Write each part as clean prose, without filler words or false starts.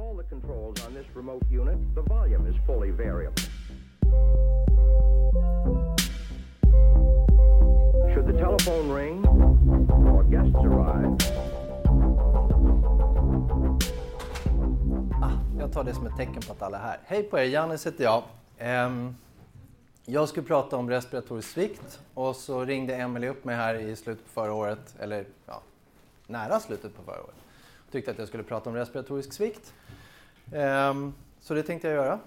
all the controls on this remote unit, the volume is fully variable. Should the telephone ring or guests arrive... Jag tar det som ett tecken på att alla är här. Hej på er, Jannes heter jag. Jag skulle prata om respiratorisk svikt och så ringde Emily upp mig här i slutet på förra året, eller ja, nära slutet på förra året. Tyckte att jag skulle prata om respiratorisk svikt. Så det tänkte jag göra.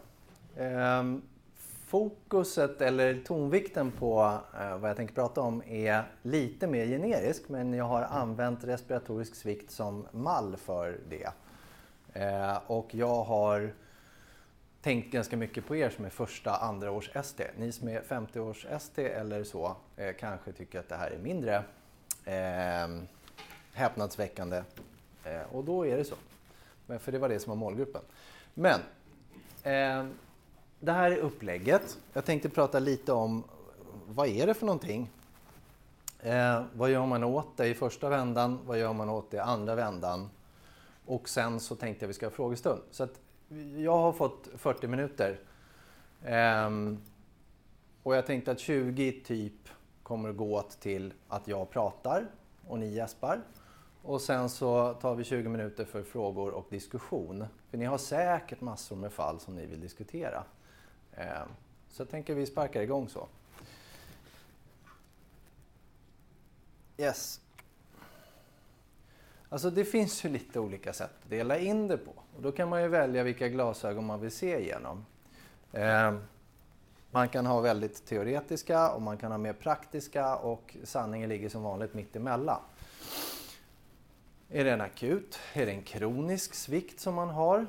Fokuset eller tonvikten på vad jag tänker prata om är lite mer generisk, men jag har använt respiratorisk svikt som mall för det. Och jag har tänkt ganska mycket på er som är första, andra års ST. Ni som är 50 års ST eller så kanske tycker att det här är mindre häpnadsväckande. Och då är det så. Men för det var det som var målgruppen. Men det här är upplägget. Jag tänkte prata lite om vad är det för någonting. Vad gör man åt det i första vändan? Vad gör man åt det i andra vändan? Och sen så tänkte jag vi ska ha frågestund. Så att jag har fått 40 minuter. Och jag tänkte att 20 typ kommer att gå åt till att jag pratar och ni gäspar. Och sen så tar vi 20 minuter för frågor och diskussion. För ni har säkert massor med fall som ni vill diskutera. Så jag tänker vi sparkar igång så. Yes. Alltså det finns ju lite olika sätt att dela in det på. Och då kan man ju välja vilka glasögon man vill se igenom. Man kan ha väldigt teoretiska och man kan ha mer praktiska och sanningen ligger som vanligt mitt emellan. Är det en akut? Är det en kronisk svikt som man har?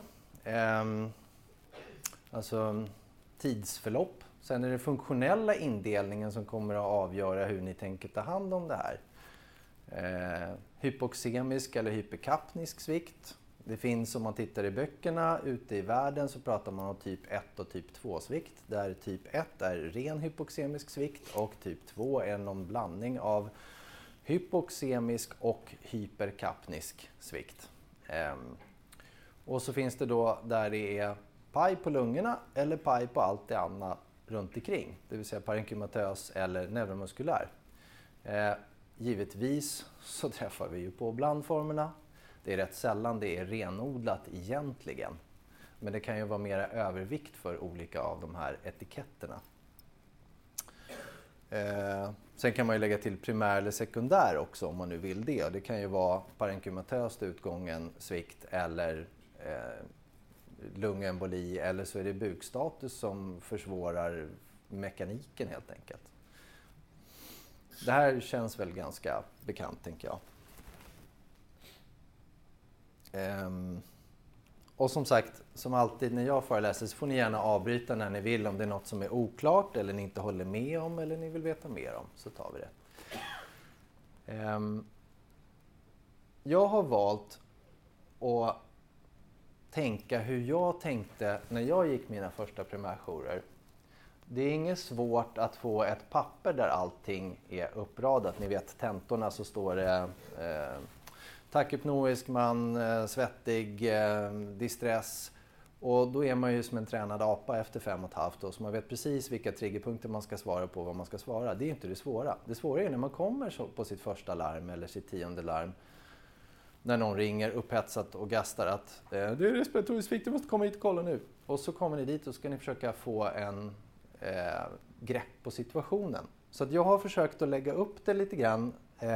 Alltså tidsförlopp. Sen är det funktionella indelningen som kommer att avgöra hur ni tänker ta hand om det här. Hypoxemisk eller hyperkapnisk svikt. Det finns, om man tittar i böckerna ute i världen så pratar man om typ 1 och typ 2 svikt. Där typ 1 är ren hypoxemisk svikt och typ 2 är någon blandning av hypoxemisk och hyperkapnisk svikt. Och så finns det då där det är paj på lungorna eller paj på allt det andra runt omkring. Det vill säga parenkymatös eller neuromuskulär. Givetvis så träffar vi ju på blandformerna. Det är rätt sällan det är renodlat egentligen. Men det kan ju vara mera övervikt för olika av de här etiketterna. Sen kan man ju lägga till primär eller sekundär också om man nu vill det. Det kan ju vara parenkymatöst utgången svikt eller lungemboli eller så är det bukstatus som försvårar mekaniken helt enkelt. Det här känns väl ganska bekant tänker jag. Och som sagt, som alltid när jag föreläser så får ni gärna avbryta när ni vill om det är något som är oklart eller ni inte håller med om eller ni vill veta mer om, så tar vi det. Jag har valt att tänka hur jag tänkte när jag gick mina första primärjourer. Det är inget svårt att få ett papper där allting är uppradat. Ni vet tentorna så står det takypnoisk man, svettig, distress. Och då är man ju som en tränad apa efter 5,5 år. Så man vet precis vilka triggerpunkter man ska svara på och vad man ska svara. Det är inte det svåra. Det svåra är när man kommer på sitt första larm eller sitt 10:e larm. När någon ringer upphetsat och gastar att det är respiratorisk svikt, du måste komma hit och kolla nu. Och så kommer ni dit och ska ni försöka få en grepp på situationen. Så att jag har försökt att lägga upp det lite grann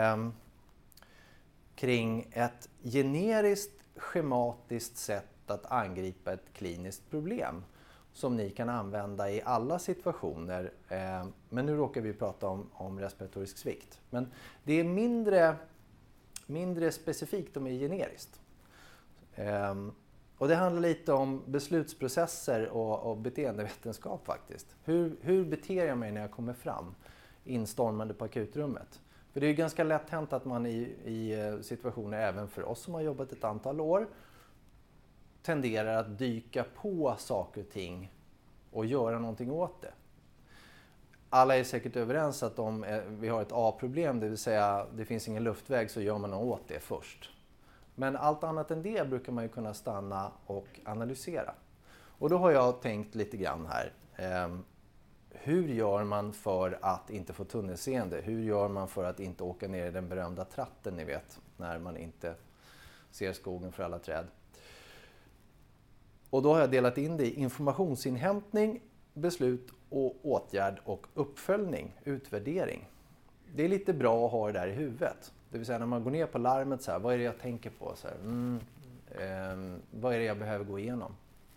kring ett generiskt schematiskt sätt att angripa ett kliniskt problem som ni kan använda i alla situationer. Men nu råkar vi prata om respiratorisk svikt. Men det är mindre specifikt och mer generiskt. Och det handlar lite om beslutsprocesser och beteendevetenskap faktiskt. Hur beter jag mig när jag kommer fram instormande på akutrummet? För det är ju ganska lätt hänt att man i situationer, även för oss som har jobbat ett antal år, tenderar att dyka på saker och ting och göra någonting åt det. Alla är säkert överens att om vi har ett A-problem, det vill säga det finns ingen luftväg, så gör man något åt det först. Men allt annat än det brukar man ju kunna stanna och analysera. Och då har jag tänkt lite grann här. Hur gör man för att inte få tunnelseende? Hur gör man för att inte åka ner i den berömda tratten, ni vet, när man inte ser skogen för alla träd? Och då har jag delat in det i informationsinhämtning, beslut och åtgärd och uppföljning, utvärdering. Det är lite bra att ha det där i huvudet. Det vill säga när man går ner på larmet, så här, vad är det jag tänker på? Så här, vad är det jag behöver gå igenom?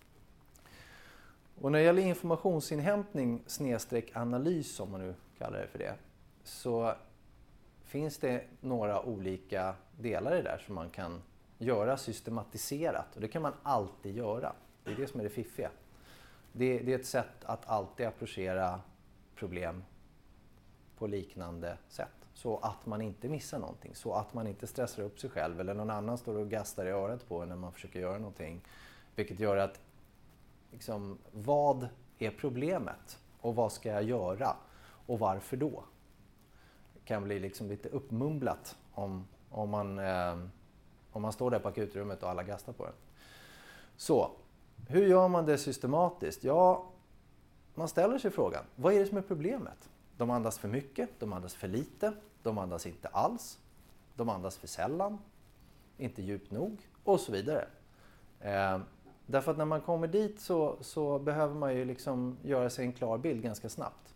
Och när det gäller informationsinhämtning / analys, om man nu kallar det för det, så finns det några olika delar i det där som man kan göra systematiserat. Och det kan man alltid göra. Det är det som är det fiffiga. Det är ett sätt att alltid approchera problem på liknande sätt. Så att man inte missar någonting. Så att man inte stressar upp sig själv eller någon annan står och gastar i örat på när man försöker göra någonting. Vilket gör att liksom, vad är problemet? Och vad ska jag göra? Och varför då? Det kan bli liksom lite uppmumlat om man står där på akutrummet och alla gastar på den. Så, hur gör man det systematiskt? Ja, man ställer sig frågan, vad är det som är problemet? De andas för mycket, de andas för lite, de andas inte alls, de andas för sällan, inte djupt nog och så vidare. Därför att när man kommer dit så behöver man ju liksom göra sig en klar bild ganska snabbt.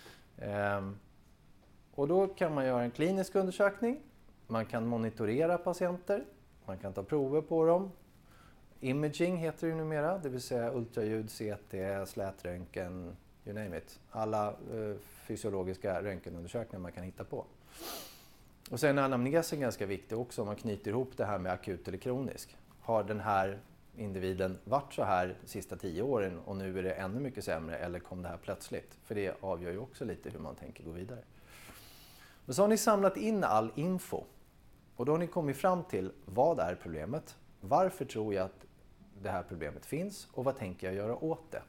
Och då kan man göra en klinisk undersökning, man kan monitorera patienter, man kan ta prover på dem. Imaging heter det numera, det vill säga ultraljud, CT, slätröntgen, you name it. Alla fysiologiska röntgenundersökningar man kan hitta på. Och sen är anamnesen ganska viktig också om man knyter ihop det här med akut eller kronisk. Har den här individen varit så här de sista 10 åren och nu är det ännu mycket sämre eller kom det här plötsligt? För det avgör ju också lite hur man tänker gå vidare. Och så har ni samlat in all info och då har ni kommit fram till vad är problemet, varför tror jag att det här problemet finns och vad tänker jag göra åt det.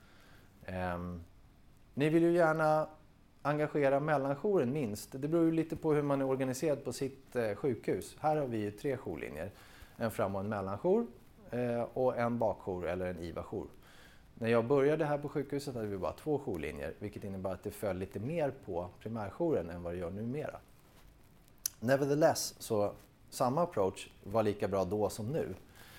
Ni vill ju gärna engagera mellanjouren minst. Det beror ju lite på hur man är organiserad på sitt sjukhus. Här har vi ju 3 jourlinjer. En fram- och en mellanjour och en bakjour eller en IVA-jour. När jag började här på sjukhuset hade vi bara 2 jourlinjer, vilket innebär att det föll lite mer på primärjouren än vad det gör numera. Nevertheless, så samma approach var lika bra då som nu.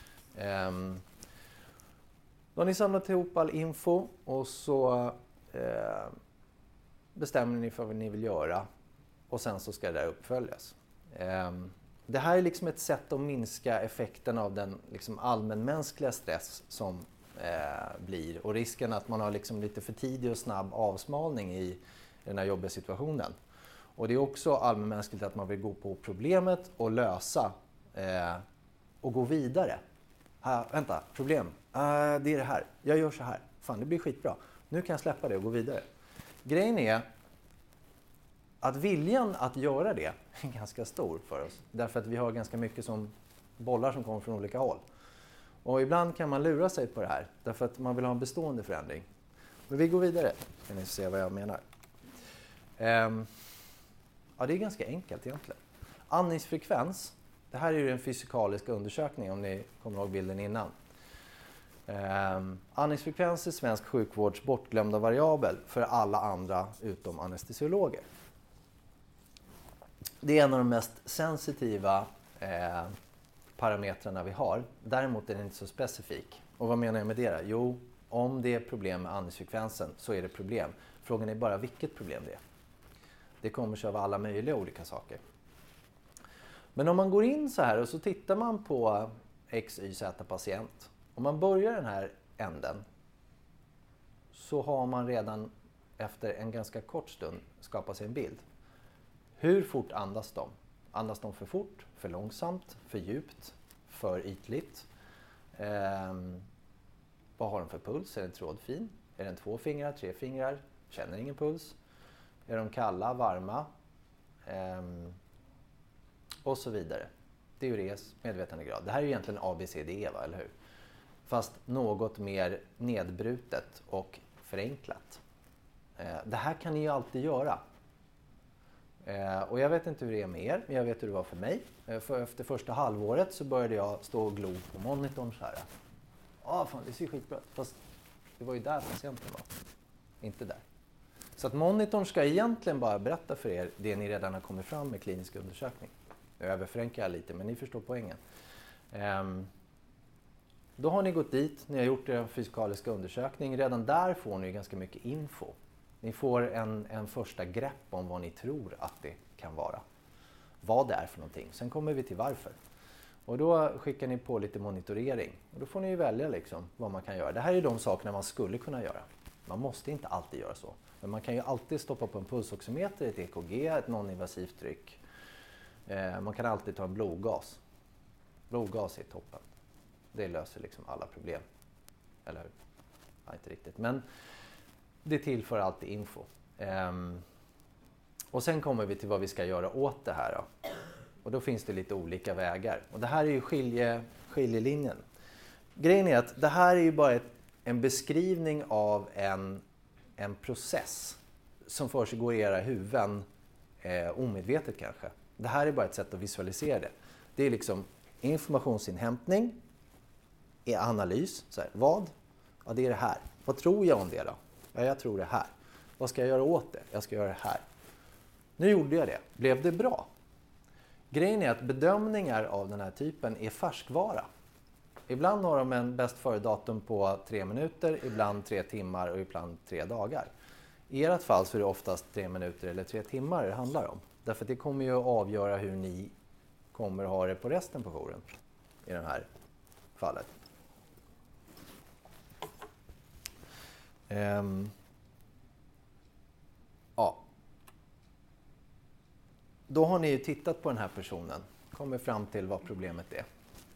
Då har ni samlat ihop all info och så bestämmer ni för vad ni vill göra och sen så ska det där uppföljas. Det här är liksom ett sätt att minska effekten av den liksom allmänmänskliga stress som blir och risken att man har liksom lite för tidig och snabb avsmalning i den här jobbiga situationen. Och det är också allmänmänskligt att man vill gå på problemet och lösa och gå vidare. Vänta, problem. Det är det här. Jag gör så här. Fan, det blir skitbra. Nu kan jag släppa det och gå vidare. Grejen är att viljan att göra det är ganska stor för oss. Därför att vi har ganska mycket som bollar som kommer från olika håll. Och ibland kan man lura sig på det här. Därför att man vill ha en bestående förändring. Men vi går vidare. Så kan ni se vad jag menar. Ja, det är ganska enkelt egentligen. Andningsfrekvens. Det här är ju den fysikaliska undersökningen om ni kommer ihåg bilden innan. Andningsfrekvens är svensk sjukvårds bortglömda variabel för alla andra utom anestesiologer. Det är en av de mest sensitiva parametrarna vi har. Däremot är den inte så specifik. Och vad menar jag med det då? Jo, om det är problem med andningsfrekvensen så är det problem. Frågan är bara vilket problem det är. Det kommer sig av alla möjliga olika saker. Men om man går in så här och så tittar man på X, Y, Z patient. Om man börjar den här änden så har man redan efter en ganska kort stund skapat sig en bild. Hur fort andas de? Andas de för fort, för långsamt, för djupt, för ytligt? Vad har de för puls? Är den trådfin? Är den 2 fingrar, 3 fingrar? Känner ingen puls? Är de kalla, varma? Och så vidare. Diures, medvetandegrad. Det här är ju egentligen ABCDE, va, eller hur? Fast något mer nedbrutet och förenklat. Det här kan ni ju alltid göra. Och jag vet inte hur det är med er, men jag vet hur det var för mig. För efter första halvåret så började jag stå och glo på monitorn så här. Fan, det ser skitbra ut. Fast det var ju där patienten var, inte där. Så att monitorn ska egentligen bara berätta för er det ni redan har kommit fram med klinisk undersökning. Nu överförenklar jag lite, men ni förstår poängen. Då har ni gått dit, ni har gjort er fysikaliska undersökning. Redan där får ni ganska mycket info. Ni får en första grepp om vad ni tror att det kan vara. Vad det är för någonting. Sen kommer vi till varför. Och då skickar ni på lite monitorering. Och då får ni ju välja liksom vad man kan göra. Det här är de sakerna man skulle kunna göra. Man måste inte alltid göra så. Men man kan ju alltid stoppa på en pulsoximeter, ett EKG, ett non-invasivt tryck. Man kan alltid ta en blodgas. Blodgas är toppen. Det löser liksom alla problem. Eller hur? Ja, inte riktigt. Men det tillför alltid info. Och sen kommer vi till vad vi ska göra åt det här då. Och då finns det lite olika vägar. Och det här är ju skiljelinjen. Grejen är att det här är ju bara en beskrivning av en process som försiggår i era huvuden omedvetet kanske. Det här är bara ett sätt att visualisera det. Det är liksom informationsinhämtning, analys. Så här, vad? Ja, det är det här. Vad tror jag om det då? Ja, jag tror det här. Vad ska jag göra åt det? Jag ska göra det här. Nu gjorde jag det. Blev det bra? Grejen är att bedömningar av den här typen är färskvara. Ibland har de en bäst före-datum på 3 minuter, ibland 3 timmar och ibland 3 dagar. I ert fall så är det oftast 3 minuter eller 3 timmar det handlar om. Därför att det kommer ju att avgöra hur ni kommer att ha det på resten på jouren i det här fallet. Ja. Då har ni ju tittat på den här personen, kommer fram till vad problemet är.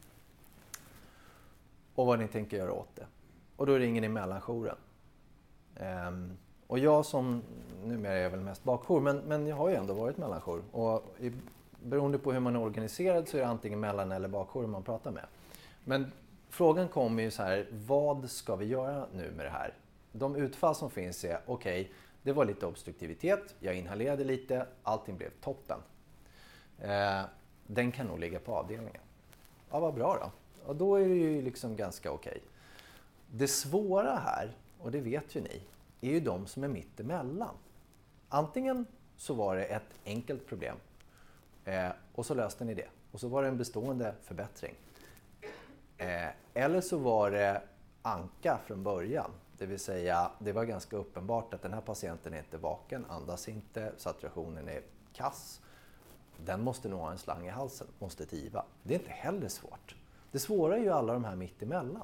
Och vad ni tänker göra åt det. Och då ringer ni mellanjouren. Och jag som, numera är jag väl mest bakjour, men jag har ju ändå varit mellanjour. Och beroende på hur man är organiserad så är det antingen mellan- eller bakjour man pratar med. Men frågan kommer ju så här, vad ska vi göra nu med det här? De utfall som finns är, okej, det var lite obstruktivitet, jag inhalerade lite, allting blev toppen. Den kan nog ligga på avdelningen. Ja, vad bra då. Och då är det ju liksom ganska okej. Det svåra här, och det vet ju ni, är ju de som är mitt emellan. Antingen så var det ett enkelt problem och så löste ni det. Och så var det en bestående förbättring. Eller så var det anka från början. Det vill säga, det var ganska uppenbart att den här patienten är inte vaken, andas inte, saturationen är kass. Den måste nog ha en slang i halsen, måste tiva. Det är inte heller svårt. Det svåra är ju alla de här mitt emellan.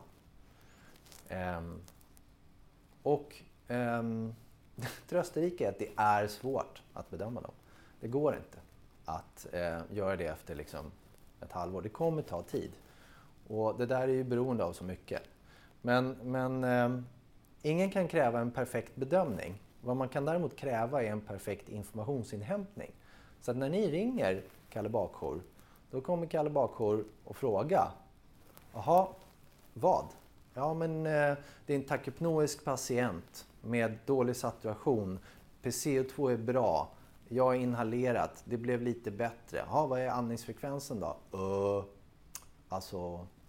Trösterika är att det är svårt att bedöma dem. Det går inte att göra det efter liksom ett halvår. Det kommer ta tid. Och det där är ju beroende av så mycket. Men ingen kan kräva en perfekt bedömning. Vad man kan däremot kräva är en perfekt informationsinhämtning. Så att när ni ringer Kalle Bakjour, då kommer Kalle Bakjour och fråga: jaha, vad? Ja, men det är en takypnoisk patient med dålig saturation. PCO2 är bra. Jag har inhalerat. Det blev lite bättre. Jaha, vad är andningsfrekvensen då? Alltså,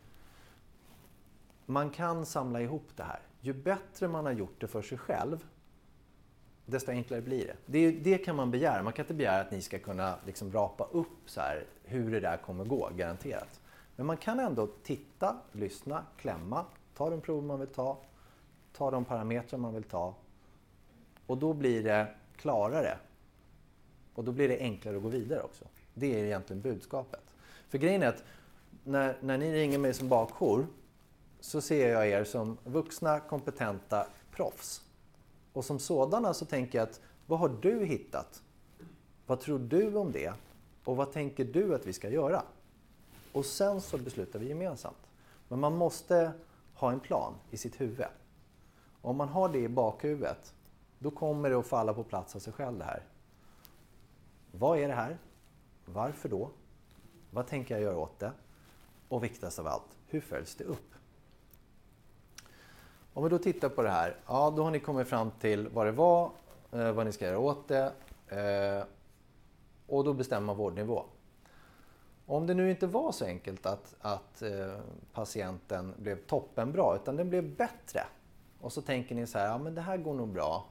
man kan samla ihop det här. Ju bättre man har gjort det för sig själv, desto enklare blir det. Det kan man begära. Man kan inte begära att ni ska kunna liksom rapa upp så här hur det där kommer gå, garanterat. Men man kan ändå titta, lyssna, klämma, ta de prov man vill ta de parametrar man vill ta. Och då blir det klarare. Och då blir det enklare att gå vidare också. Det är egentligen budskapet. För grejen är att när ni ringer mig som bakjour så ser jag er som vuxna, kompetenta proffs. Och som sådana så tänker jag att, vad har du hittat? Vad tror du om det? Och vad tänker du att vi ska göra? Och sen så beslutar vi gemensamt. Men man måste ha en plan i sitt huvud. Om man har det i bakhuvudet, då kommer det att falla på plats av sig själv det här. Vad är det här? Varför då? Vad tänker jag göra åt det? Och viktigast av allt, hur följs det upp? Om vi då tittar på det här, ja, då har ni kommit fram till vad det var, vad ni ska göra åt det. Och då bestämmer man vårdnivå. Om det nu inte var så enkelt att patienten blev toppenbra, utan den blev bättre. Och så tänker ni så här, ja men det här går nog bra.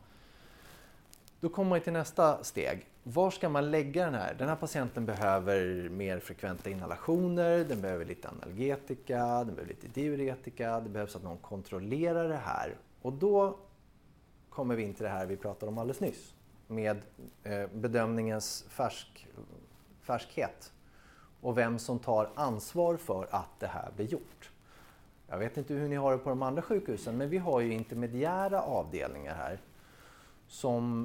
Då kommer man till nästa steg. Var ska man lägga den här? Den här patienten behöver mer frekventa inhalationer, den behöver lite analgetika, den behöver lite diuretika, det behövs att någon kontrollerar det här. Och då kommer vi in till det här vi pratade om alldeles nyss. Med bedömningens färskhet. Och vem som tar ansvar för att det här blir gjort. Jag vet inte hur ni har det på de andra sjukhusen, men vi har ju intermediära avdelningar här. Som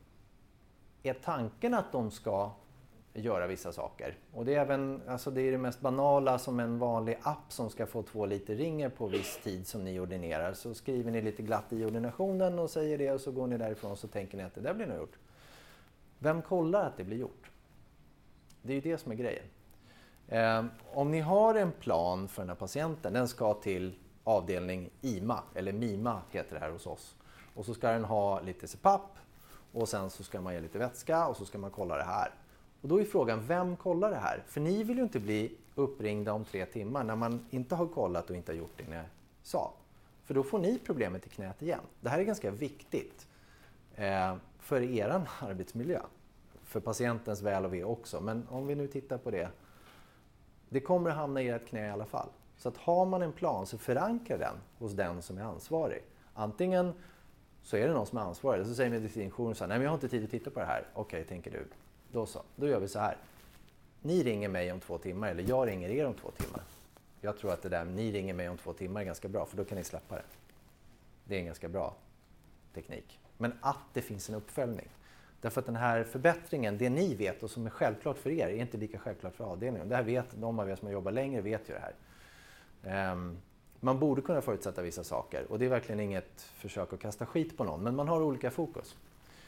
är tanken att de ska göra vissa saker. Och det är även, alltså det är det mest banala, som en vanlig app som ska få 2 liter ringer på viss tid som ni ordinerar. Så skriver ni lite glatt i ordinationen och säger det, och så går ni därifrån och så tänker ni att det där blir nog gjort. Vem kollar att det blir gjort? Det är ju det som är grejen. Om ni har en plan för den här patienten, den ska till avdelning IMA, eller MIMA heter det här hos oss. Och så ska den ha lite CPAP, och sen så ska man ge lite vätska, och så ska man kolla det här. Och då är frågan, vem kollar det här? För ni vill ju inte bli uppringda om 3 timmar när man inte har kollat och inte har gjort det ni sa. För då får ni problemet i knät igen. Det här är ganska viktigt för er arbetsmiljö. För patientens väl och ve också. Men om vi nu tittar på det. Det kommer att hamna i ert knä i alla fall. Så att har man en plan så förankrar den hos den som är ansvarig. Antingen så är det någon som är ansvarig. Eller så säger medicinjourn så här, nej men jag har inte tid att titta på det här. Okej, tänker du. Då så. Då gör vi så här. Ni ringer mig om 2 timmar eller jag ringer er om 2 timmar. Jag tror att det där ni ringer mig om 2 timmar är ganska bra, för då kan ni släppa det. Det är en ganska bra teknik. Men att det finns en uppföljning. Därför att den här förbättringen, det ni vet och som är självklart för er, är inte lika självklart för avdelningen. Det här vet de av er som har jobbat längre, vet ju det här. Man borde kunna förutsätta vissa saker, och det är verkligen inget försök att kasta skit på någon, men man har olika fokus.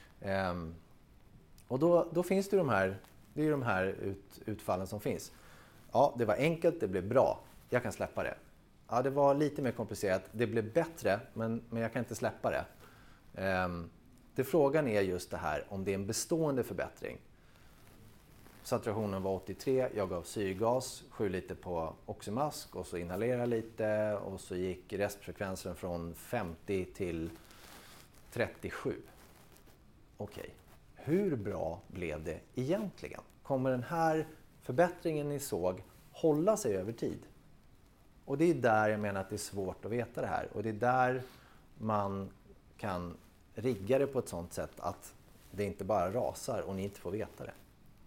Och då finns det de här utfallen som finns. Ja, det var enkelt, det blev bra. Jag kan släppa det. Ja, det var lite mer komplicerat. Det blev bättre, men jag kan inte släppa det. Frågan är just det här, om det är en bestående förbättring. Saturationen var 83, jag gav syrgas, 7 liter på oxymask och så inhalerade lite, och så gick restfrekvensen från 50 till 37. Okej. Hur bra blev det egentligen? Kommer den här förbättringen ni såg hålla sig över tid? Och det är där jag menar att det är svårt att veta det här. Och det är där man kan rigga det på ett sånt sätt att det inte bara rasar och ni inte får veta det.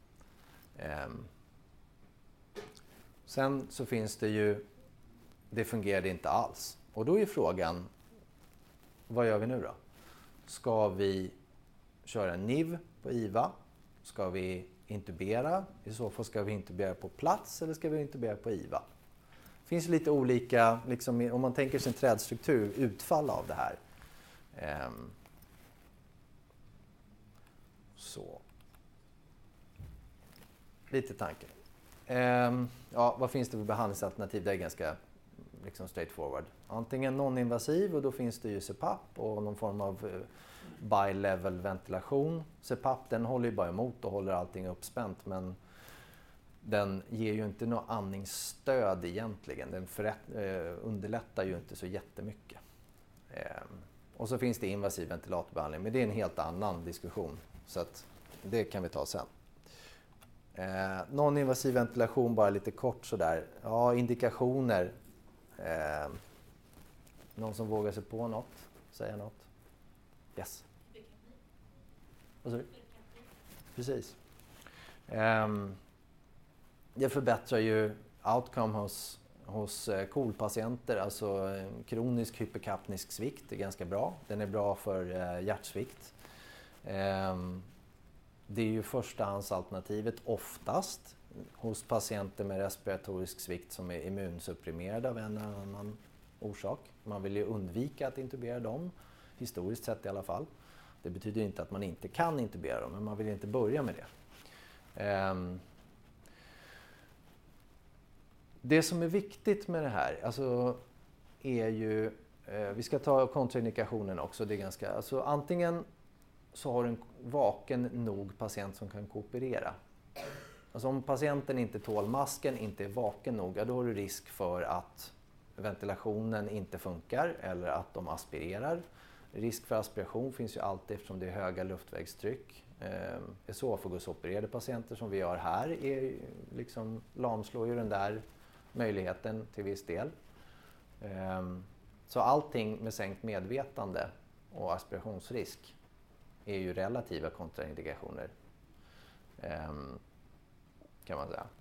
Sen så finns det ju, det fungerade inte alls. Och då är frågan, vad gör vi nu då? Ska vi köra en NIV på IVA? Ska vi intubera? I så fall ska vi intubera på plats eller ska vi intubera på IVA? Det finns lite olika, liksom, om man tänker sig en trädstruktur, utfall av det här. Så. Lite tanke. Vad finns det för behandlingsalternativ? Det är ganska straightforward. Antingen non-invasiv, och då finns det ju CPAP och någon form av bi-level ventilation. CPAP, den håller ju bara emot och håller allting uppspänt, men den ger ju inte något andningsstöd egentligen. Den underlättar ju inte så jättemycket. Och så finns det invasiv ventilatorbehandling, men det är en helt annan diskussion. Så att det kan vi ta sen. Non-invasiv ventilation, bara lite kort sådär. Ja, indikationer. Någon som vågar sig på något? Säga något? Yes. Vad sa du? Precis. Det förbättrar ju outcome hos KOL-patienter, alltså kronisk hyperkapnisk svikt. Det är ganska bra. Den är bra för hjärtsvikt. Det är ju förstahandsalternativet oftast hos patienter med respiratorisk svikt som är immunsupprimerade av en eller annan orsak. Man vill ju undvika att intubera dem, historiskt sett i alla fall. Det betyder inte att man inte kan intubera dem, men man vill inte börja med det. Det som är viktigt med det här, alltså, är ju, vi ska ta kontraindikationen också, det är ganska, alltså antingen så har du en vaken nog patient som kan kooperera. Alltså om patienten inte tål masken, inte är vaken nog, då har du risk för att ventilationen inte funkar eller att de aspirerar. Risk för aspiration finns ju alltid eftersom det är höga luftvägstryck. Esofagusopererade patienter som vi gör här liksom lamslår ju den där möjligheten till viss del. Så allting med sänkt medvetande och aspirationsrisk är ju relativa kontraindikationer. Kan man säga.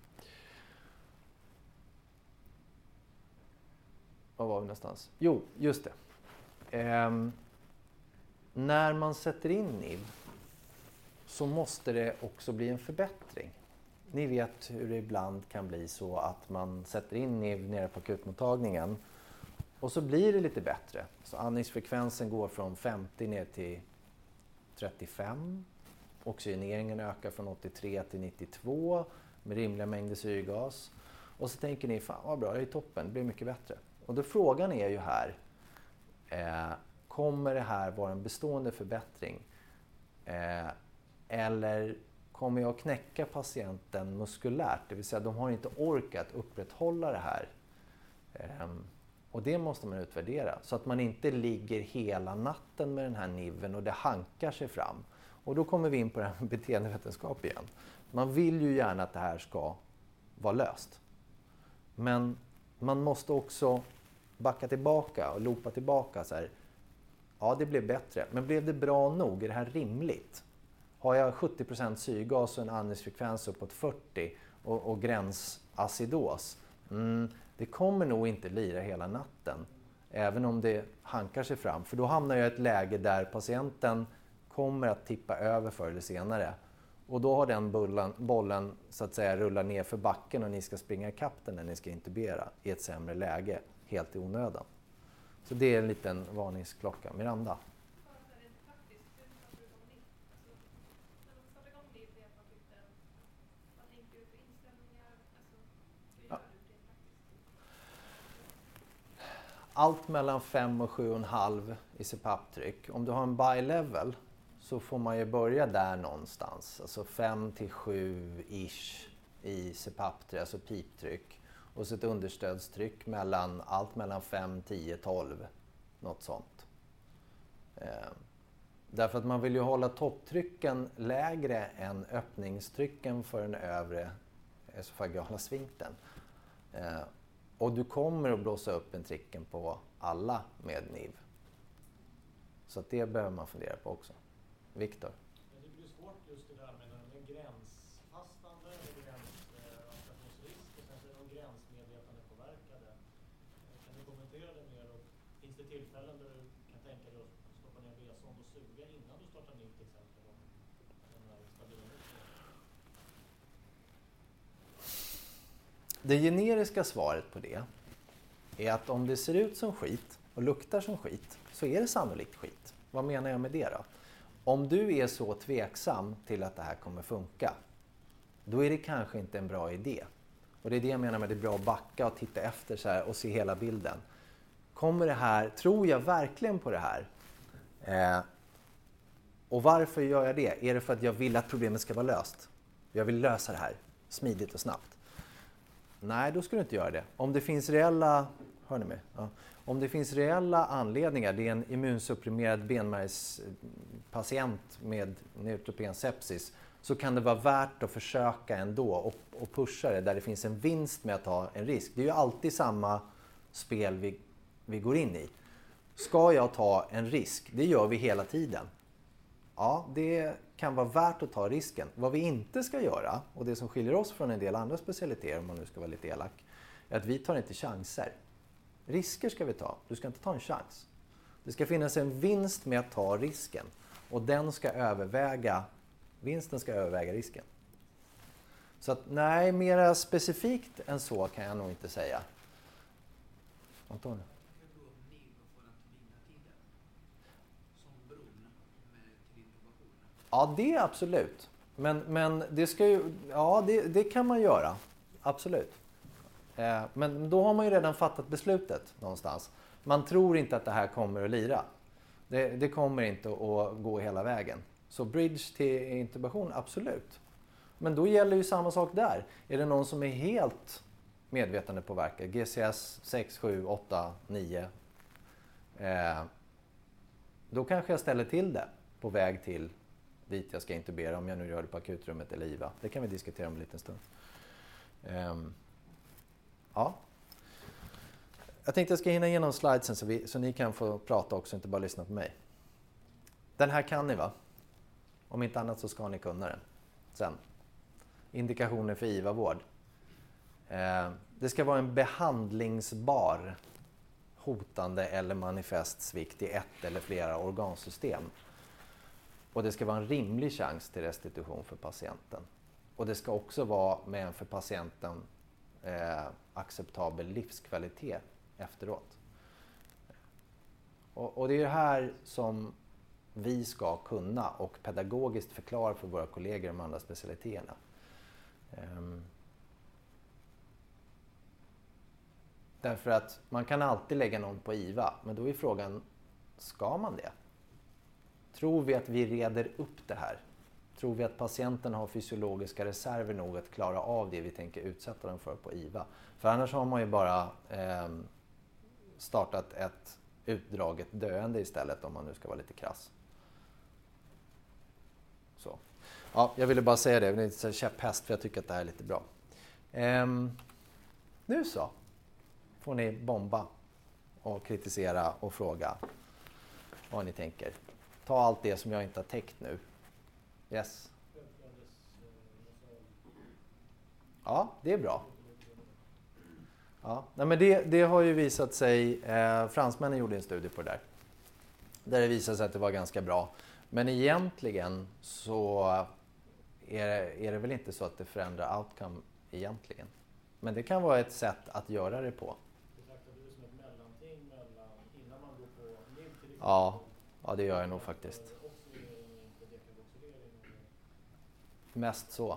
Var var vi någonstans? Jo, just det. När man sätter in NIV så måste det också bli en förbättring. Ni vet hur det ibland kan bli så att man sätter in NIV nere på akutmottagningen och så blir det lite bättre. Så andningsfrekvensen går från 50 ner till 35. Oxygeneringen ökar från 83 till 92 med rimliga mängder syrgas. Och så tänker ni, fan vad bra, det är toppen, det blir mycket bättre. Och då frågan är ju här, kommer det här vara en bestående förbättring? Eller kommer jag att knäcka patienten muskulärt? Det vill säga, de har inte orkat upprätthålla det här. Och det måste man utvärdera. Så att man inte ligger hela natten med den här NIVen och det hankar sig fram. Och då kommer vi in på det här med beteendevetenskap igen. Man vill ju gärna att det här ska vara löst. Men man måste också backa tillbaka och loopa tillbaka så här. Ja, det blev bättre. Men blev det bra nog? Är det här rimligt? Har jag 70% syrgas och en andningsfrekvens uppåt 40 och gränsacidos? Det kommer nog inte lira hela natten. Även om det hankar sig fram. För då hamnar jag i ett läge där patienten kommer att tippa över förr eller senare. Och då har den bollen så att säga rullat ner för backen och ni ska springa ikapp den när ni ska intubera i ett sämre läge, helt i onödan. Så det är en liten varningsklocka. Miranda? Allt mellan 5 och 7,5 i CPAP-tryck. Om du har en bi-level så får man ju börja där någonstans. Alltså 5 till 7-ish i CPAP-tryck, alltså piptryck. Och så ett understödstryck allt mellan 5, 10, 12. Något sånt. Därför att man vill ju hålla topptrycken lägre än öppningstrycken för den övre esofagala sfinkten. Och du kommer att blåsa upp en tricken på alla med NIV. Så att det behöver man fundera på också. Viktor? Jag tycker det är svårt just det där med en gränsfastande eller gränsaspirationsrisk och sen så är de gränsmedvetande påverkade. Kan du kommentera det mer? Och finns det tillfällen där du kan tänka dig att stoppa ner B-sond och suga innan du startar NIV till exempel? Om den är stabil. Det generiska svaret på det är att om det ser ut som skit och luktar som skit så är det sannolikt skit. Vad menar jag med det då? Om du är så tveksam till att det här kommer funka, då är det kanske inte en bra idé. Och det är det jag menar med att det är bra att backa och titta efter så här och se hela bilden. Kommer det här, tror jag verkligen på det här? Och varför gör jag det? Är det för att jag vill att problemet ska vara löst? Jag vill lösa det här smidigt och snabbt. Nej, då ska du inte göra det. Om det finns reella, hör ni mig? Ja. Om det finns reella anledningar, det är en immunsupprimerad benmärgspatient med neutropen sepsis, så kan det vara värt att försöka ändå och pusha det där det finns en vinst med att ta en risk. Det är ju alltid samma spel vi går in i. Ska jag ta en risk? Det gör vi hela tiden. Ja, det kan vara värt att ta risken. Vad vi inte ska göra, och det som skiljer oss från en del andra specialiteter, om man nu ska vara lite elak, är att vi tar inte chanser. Risker ska vi ta. Du ska inte ta en chans. Det ska finnas en vinst med att ta risken. Och vinsten ska överväga risken. Så att nej, mera specifikt än så kan jag nog inte säga. Antonio? Ja, det är absolut. Men det ska ju, ja, det kan man göra. Absolut. Men då har man ju redan fattat beslutet någonstans. Man tror inte att det här kommer att lira. Det kommer inte att gå hela vägen. Så bridge till intubation, absolut. Men då gäller ju samma sak där. Är det någon som är helt medvetandepåverkad, GCS 6, 7, 8, 9, då kanske jag ställer till det på väg till dit jag ska intubera, om jag nu gör det på akutrummet eller IVA. Det kan vi diskutera om en liten stund. Ja. Jag tänkte jag ska hinna igenom slidesen så ni kan få prata också, inte bara lyssna på mig. Den här kan ni, va? Om inte annat så ska ni kunna den sen. Indikationer för IVA-vård. Det ska vara en behandlingsbar hotande eller manifest svikt i ett eller flera organsystem. Och det ska vara en rimlig chans till restitution för patienten. Och det ska också vara med en för patienten acceptabel livskvalitet efteråt. Och det är det här som vi ska kunna och pedagogiskt förklara för våra kollegor i de andra specialiteterna. Därför att man kan alltid lägga någon på IVA, men då är frågan, ska man det? Tror vi att vi reder upp det här? Tror vi att patienten har fysiologiska reserver nog att klara av det vi tänker utsätta dem för på IVA? För annars har man ju bara startat ett utdraget döende istället, om man nu ska vara lite krass. Så. Ja, jag ville bara säga det, det är lite käpphäst för jag tycker att det här är lite bra. Nu så får ni bomba och kritisera och fråga vad ni tänker. Ta allt det som jag inte har täckt nu. Yes. Ja, det är bra. Ja, nej, men det har ju visat sig, fransmännen gjorde en studie på det där det visade sig att det var ganska bra. Men egentligen så är det väl inte så att det förändrar outcome egentligen. Men det kan vara ett sätt att göra det på. Betraktar du det som ett mellanting mellan innan man går på NIV till exempel? Ja, det gör jag nog faktiskt. Mest så.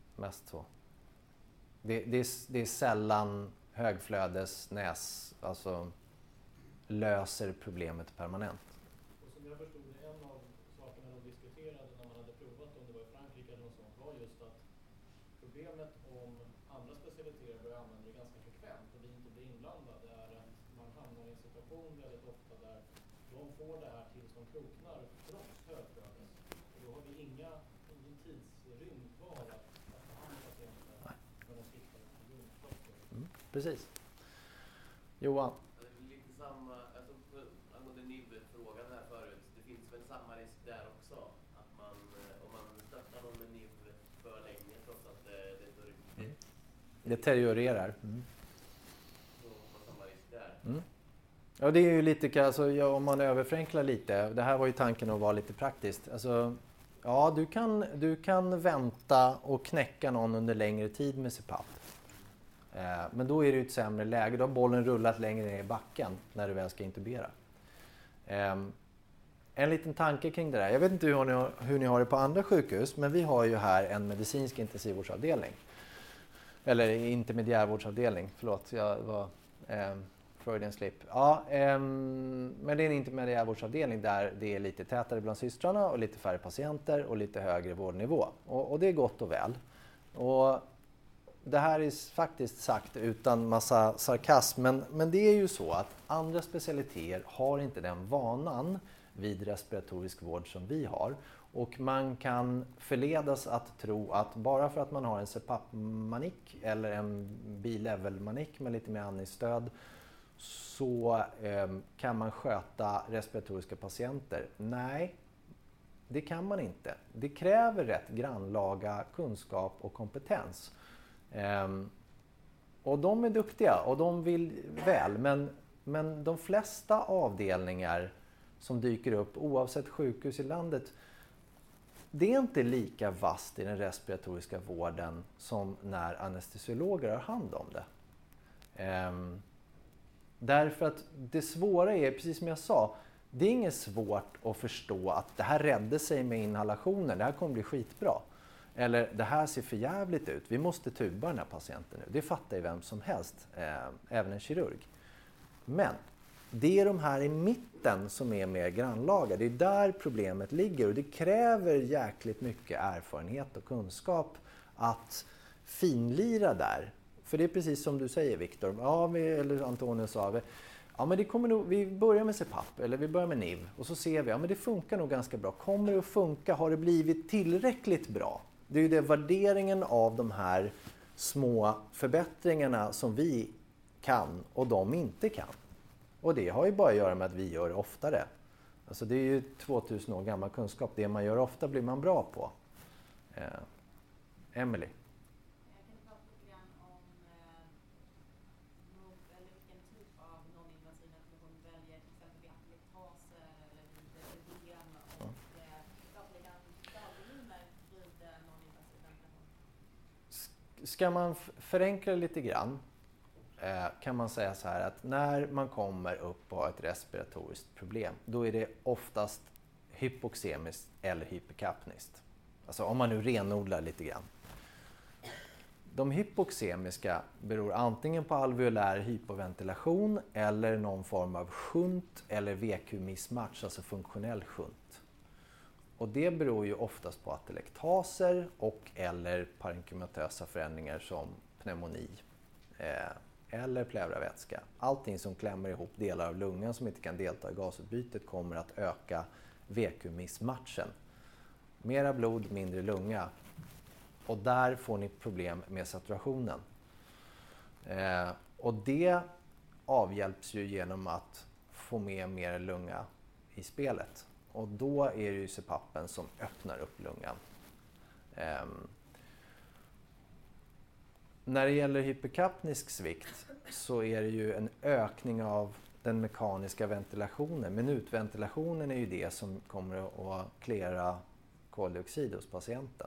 Det är sällan högflödes alltså löser problemet permanent. Och som jag förstod det, en av sakerna de diskuterade när man hade provat, om det var i Frankrike eller något sånt, var just att problemet om andra specialiteter börjar använda det ganska frekvent och vi inte blir inblandade är att man hamnar i en situation väldigt ofta där de får det här tills de kroknar trots högflödes. Och då har vi ingen tidsrymd kvar att ta hand om patienten när de siktar på grundkroppen. Precis. Johan? Lite samma, alltså angående NIV-frågan här förut, det finns väl samma risk där också? Att man, om man stöttar någon med NIV för länge trots att det tar riktigt. Det deteriorerar. Så har man samma risk där. Ja, det är ju lite, alltså, om man överförenklar lite, det här var ju tanken att vara lite praktiskt. Alltså, ja, du kan vänta och knäcka någon under längre tid med CPAP. Men då är det ju ett sämre läge. Då har bollen rullat längre ner i backen när du väl ska intubera. En liten tanke kring det där. Jag vet inte hur ni har det på andra sjukhus, men vi har ju här en medicinsk intensivvårdsavdelning. Eller intermediärvårdsavdelning, förlåt. Jag var Freudian slip. Ja, men det är en intermediärvårdsavdelning där det är lite tätare bland systrarna och lite färre patienter och lite högre vårdnivå. Och det är gott och väl. Och det här är faktiskt sagt utan massa sarkasm, men det är ju så att andra specialiteter har inte den vanan vid respiratorisk vård som vi har. Och man kan förledas att tro att bara för att man har en CPAP-manik eller en B-level-manik med lite mer andningsstöd så kan man sköta respiratoriska patienter. Nej, det kan man inte. Det kräver rätt grannlaga kunskap och kompetens. Och de är duktiga och de vill väl, men de flesta avdelningar som dyker upp oavsett sjukhus i landet, det är inte lika vast i den respiratoriska vården som när anestesiologer har hand om det. Därför att det svåra är, precis som jag sa, det är inget svårt att förstå att det här räddade sig med inhalationen, det här kommer bli skitbra. Eller det här ser för jävligt ut, vi måste tuba den här patienten nu. Det fattar ju vem som helst, även en kirurg. Men det är de här i mitten som är mer grannlaga. Det är där problemet ligger och det kräver jäkligt mycket erfarenhet och kunskap att finlira där. För det är precis som du säger, Viktor. Ja, eller Antonio sa. Ja, men det kommer nog, vi börjar med CPAP eller vi börjar med NIV och så ser vi, ja men det funkar nog ganska bra. Kommer det att funka? Har det blivit tillräckligt bra? Det är ju det värderingen av de här små förbättringarna som vi kan och de inte kan. Och det har ju bara att göra med att vi gör det oftare. Alltså det är ju 2000 år gammal kunskap. Det man gör ofta blir man bra på. Emily. Jag kan prata lite grann om eller vilken typ av non-invasiv ventilation vi väljer, till exempel vid apelektaser eller vid ödem och prata lite grann dagvolymer vid non-invasiv ventilation. Ska man förenkla lite grann kan man säga så här att när man kommer upp och har ett respiratoriskt problem, då är det oftast hypoxemiskt eller hyperkapniskt. Alltså om man nu renodlar lite grann. De hypoxemiska beror antingen på alveolär hypoventilation eller någon form av shunt eller VQ-missmatch, alltså funktionell shunt. Och det beror ju oftast på atelektaser och eller parenkymatösa förändringar som pneumoni eller pleuravätska. Allting som klämmer ihop delar av lungan som inte kan delta i gasutbytet kommer att öka VQ-missmatchen. Mera blod, mindre lunga. Och där får ni problem med saturationen. Och det avhjälps ju genom att få med mer lunga i spelet. Och då är det ju CPAPen som öppnar upp lungan. När det gäller hyperkapnisk svikt så är det ju en ökning av den mekaniska ventilationen. Minutventilationen är ju det som kommer att klära koldioxid hos patienten.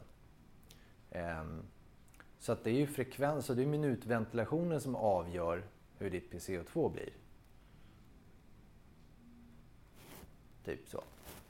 Så att det är ju frekvens och det är minutventilationen som avgör hur ditt PCO2 blir. Typ så.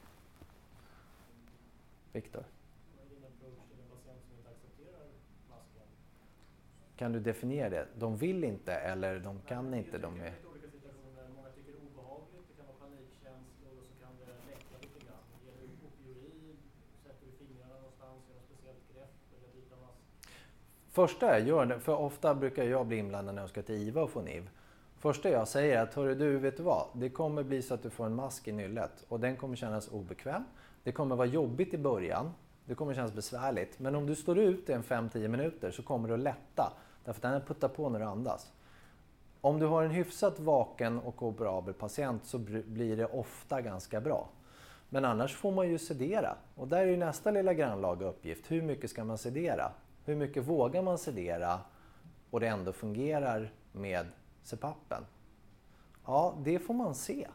Viktor? Vad är din approach till en patient som inte accepterar masken? Kan du definiera det? De vill inte eller de kan inte? De är... Det olika situationer. Många tycker det är obehagligt, det kan vara panikkänslor och så kan det läcka lite grann. Ger du opioid, sätter du fingrarna någonstans, gör något speciellt grepp eller byta mask? Första jag gör, för ofta brukar jag bli inblandad när jag ska till IVA och få NIV. Första jag säger är att, hörru du, vet du vad? Det kommer bli så att du får en mask i nyllet och den kommer kännas obekväm. Det kommer vara jobbigt i början. Det kommer kännas besvärligt. Men om du står ut i en 5-10 minuter så kommer det att lätta. Därför att den puttar på när du andas. Om du har en hyfsat vaken och operabel patient så blir det ofta ganska bra. Men annars får man ju sedera. Och där är ju nästa lilla grannlaga uppgift. Hur mycket ska man sedera? Hur mycket vågar man sedera och det ändå fungerar med CPAPen? Ja, det får man se.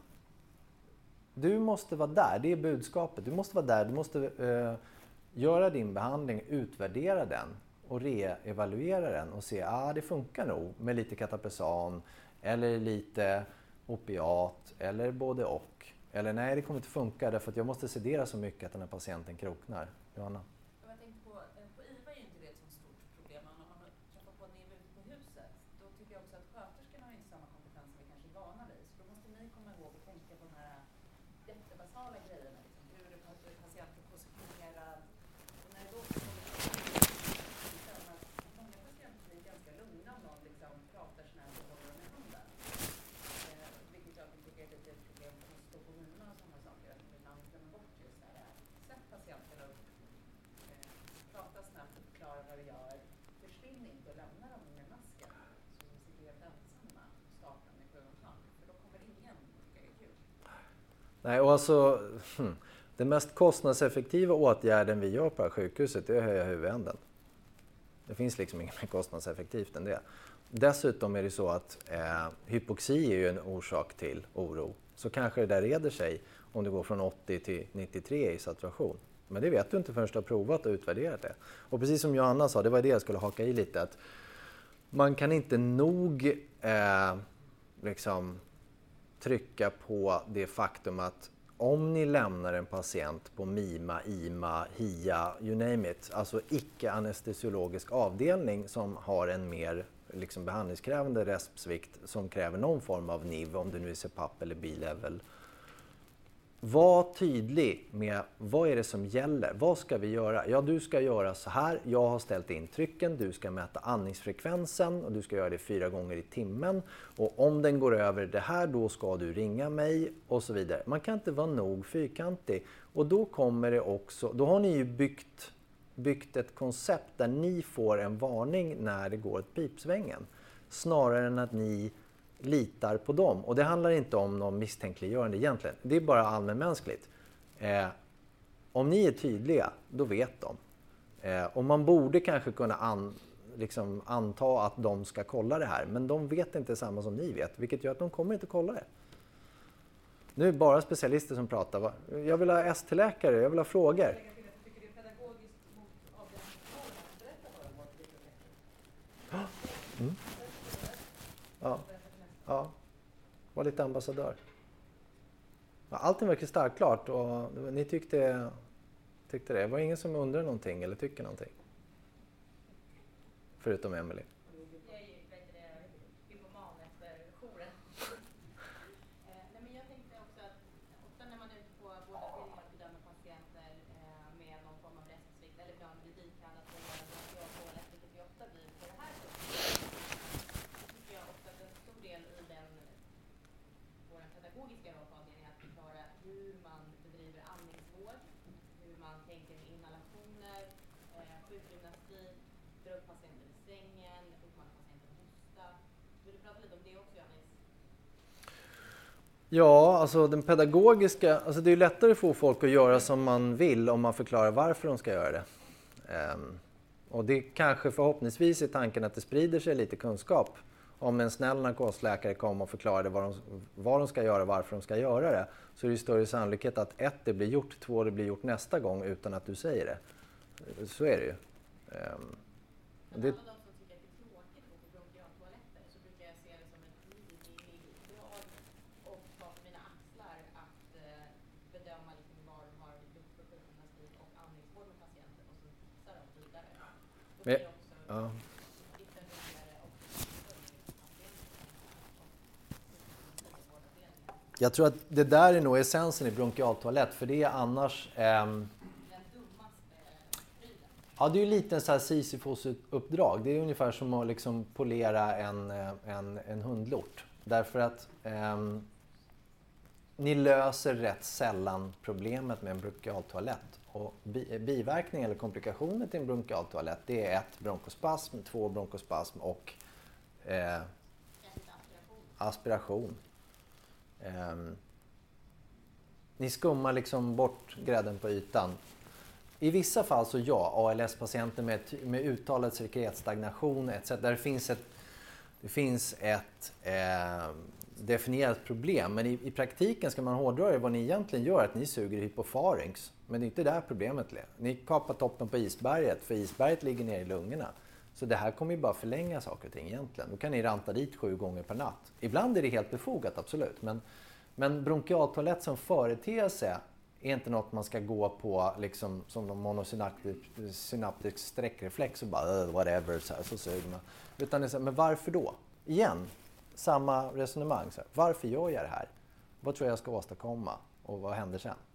Du måste vara där, det är budskapet. Du måste vara där, du måste göra din behandling, utvärdera den och reevaluera den och se att det funkar nog med lite katapesan eller lite opiat eller både och. Eller nej, det kommer inte funka därför att jag måste sedera så mycket att den här patienten kroknar. Johanna? Jag tänkte på IVA är ju inte det ett så stort problem, men om man träffar på NIV ute på huset, då tycker jag också att sköterskorna har inte samma kompetens som vi kanske är vana vid. Så då måste ni komma ihåg och tänka på de här jättebasala grejerna, liksom hur är patienten positionerad. Och när det då kommer att många patienter blir ganska lugna om någon liksom pratar snällt och håller dem i handen. Vilket jag tycker är lite ett problem för att stå på mina och sådana saker, att man ibland glömmer bort just det här. Sätt patienterna upp. Prata snabbt och förklara vad vi gör. Försvinn inte och lämna dem med masken. Så de sitter helt ensamma och startar med 7,5. För då kommer ingen tycka det är kul. Nej, och alltså den mest kostnadseffektiva åtgärden vi gör på det här sjukhuset är att höja huvudänden. Det finns liksom inget mer kostnadseffektivt än det. Dessutom är det så att hypoxi är ju en orsak till oro. Så kanske det där reder sig om du går från 80 till 93 i saturation. Men det vet du inte förrän du har provat och utvärderat det. Och precis som Johanna sa, det var det jag skulle haka i lite. Att man kan inte nog trycka på det faktum att om ni lämnar en patient på MIMA, IMA, HIA, you name it, alltså icke-anestesiologisk avdelning som har en mer behandlingskrävande respsvikt som kräver någon form av NIV, om det nu är CPAP eller B-level, var tydlig med vad är det som gäller. Vad ska vi göra? Ja, du ska göra så här. Jag har ställt in trycken. Du ska mäta andningsfrekvensen och du ska göra det 4 gånger i timmen. Och om den går över det här, då ska du ringa mig och så vidare. Man kan inte vara nog fyrkantig. Och då kommer det också, då har ni ju byggt ett koncept där ni får en varning när det går ett pipsvängen. Snarare än att ni litar på dem. Och det handlar inte om någon misstänkliggörande egentligen. Det är bara allmänmänskligt. Om ni är tydliga, då vet de. Och man borde kanske kunna anta att de ska kolla det här. Men de vet inte samma som ni vet. Vilket gör att de kommer inte kolla det. Nu är det bara specialister som pratar. Jag vill ha ST-läkare, jag vill ha frågor. Ja. Ja, var lite ambassadör. Allting verkar starkt klart och ni tyckte det. Det var ingen som undrar någonting eller tycker någonting. Förutom Emily. Jag är ju hypoman efter jouren. Nej, men jag tänkte också att ofta när man är ute på vårdavdelningar och bedömer patienter med någon form av restsvikt eller ibland blir dikallad för att göra toalett, vilket vi ofta blir på det här sättet. Tycker jag ofta att en stor del i vår pedagogiska roll på avdelningen är att förklara hur man bedriver andningsvård, hur man tänker med inhalationer, sjukgymnastik, dra upp patienten i sängen, uppmana patienten att hosta. Vill du prata lite om det också, Janis? Ja, alltså den pedagogiska, alltså det är lättare att få folk att göra som man vill om man förklarar varför de ska göra det. Och det kanske förhoppningsvis är tanken att det sprider sig lite kunskap. Om en snäll narkosläkare kommer och förklarar vad de ska göra och varför de ska göra det, så är det större sannolikhet att 1, det blir gjort, 2, det blir gjort nästa gång utan att du säger det. Så är det ju. Alla de som tycker att det är tråkigt att gå på bronkialtoaletter, så brukar jag se det som ett minimidrag och ta på mina axlar att bedöma liksom vad de har gjort för sjukgymnastik och andningsvård med patienten och så fixar de vidare. Då blir det också lite roligare och Jag tror att det där är nog essensen i bronkialtoalett, för det är annars... Ja, det är ju lite en så här Sisyfos-uppdrag. Det är ungefär som att liksom polera en hundlort. Därför att ni löser rätt sällan problemet med en bronkialtoalett. Och biverkning eller komplikationer till en bronkialtoalett, det är 1, bronkospasm, 2, bronkospasm och aspiration. Ni skummar liksom bort grädden på ytan. I vissa fall så ja, ALS-patienter med uttalad sekretstagnation etc. Där det finns ett definierat problem. Men i praktiken ska man hårdra det, vad ni egentligen gör, att ni suger hypofarynx. Men det är inte där problemet är. Ni kapar toppen på isberget, för isberget ligger ner i lungorna. Så det här kommer ju bara förlänga saker och ting egentligen. Då kan ni ranta dit 7 gånger per natt. Ibland är det helt befogat, absolut. Men bronkialtoalett som företeelse är inte något man ska gå på liksom, som någon monosynaptisk sträckreflex och bara whatever, så suger man. Utan det är så här, men varför då? Igen, samma resonemang. Så här, varför gör jag det här? Vad tror jag ska åstadkomma? Och vad händer sen?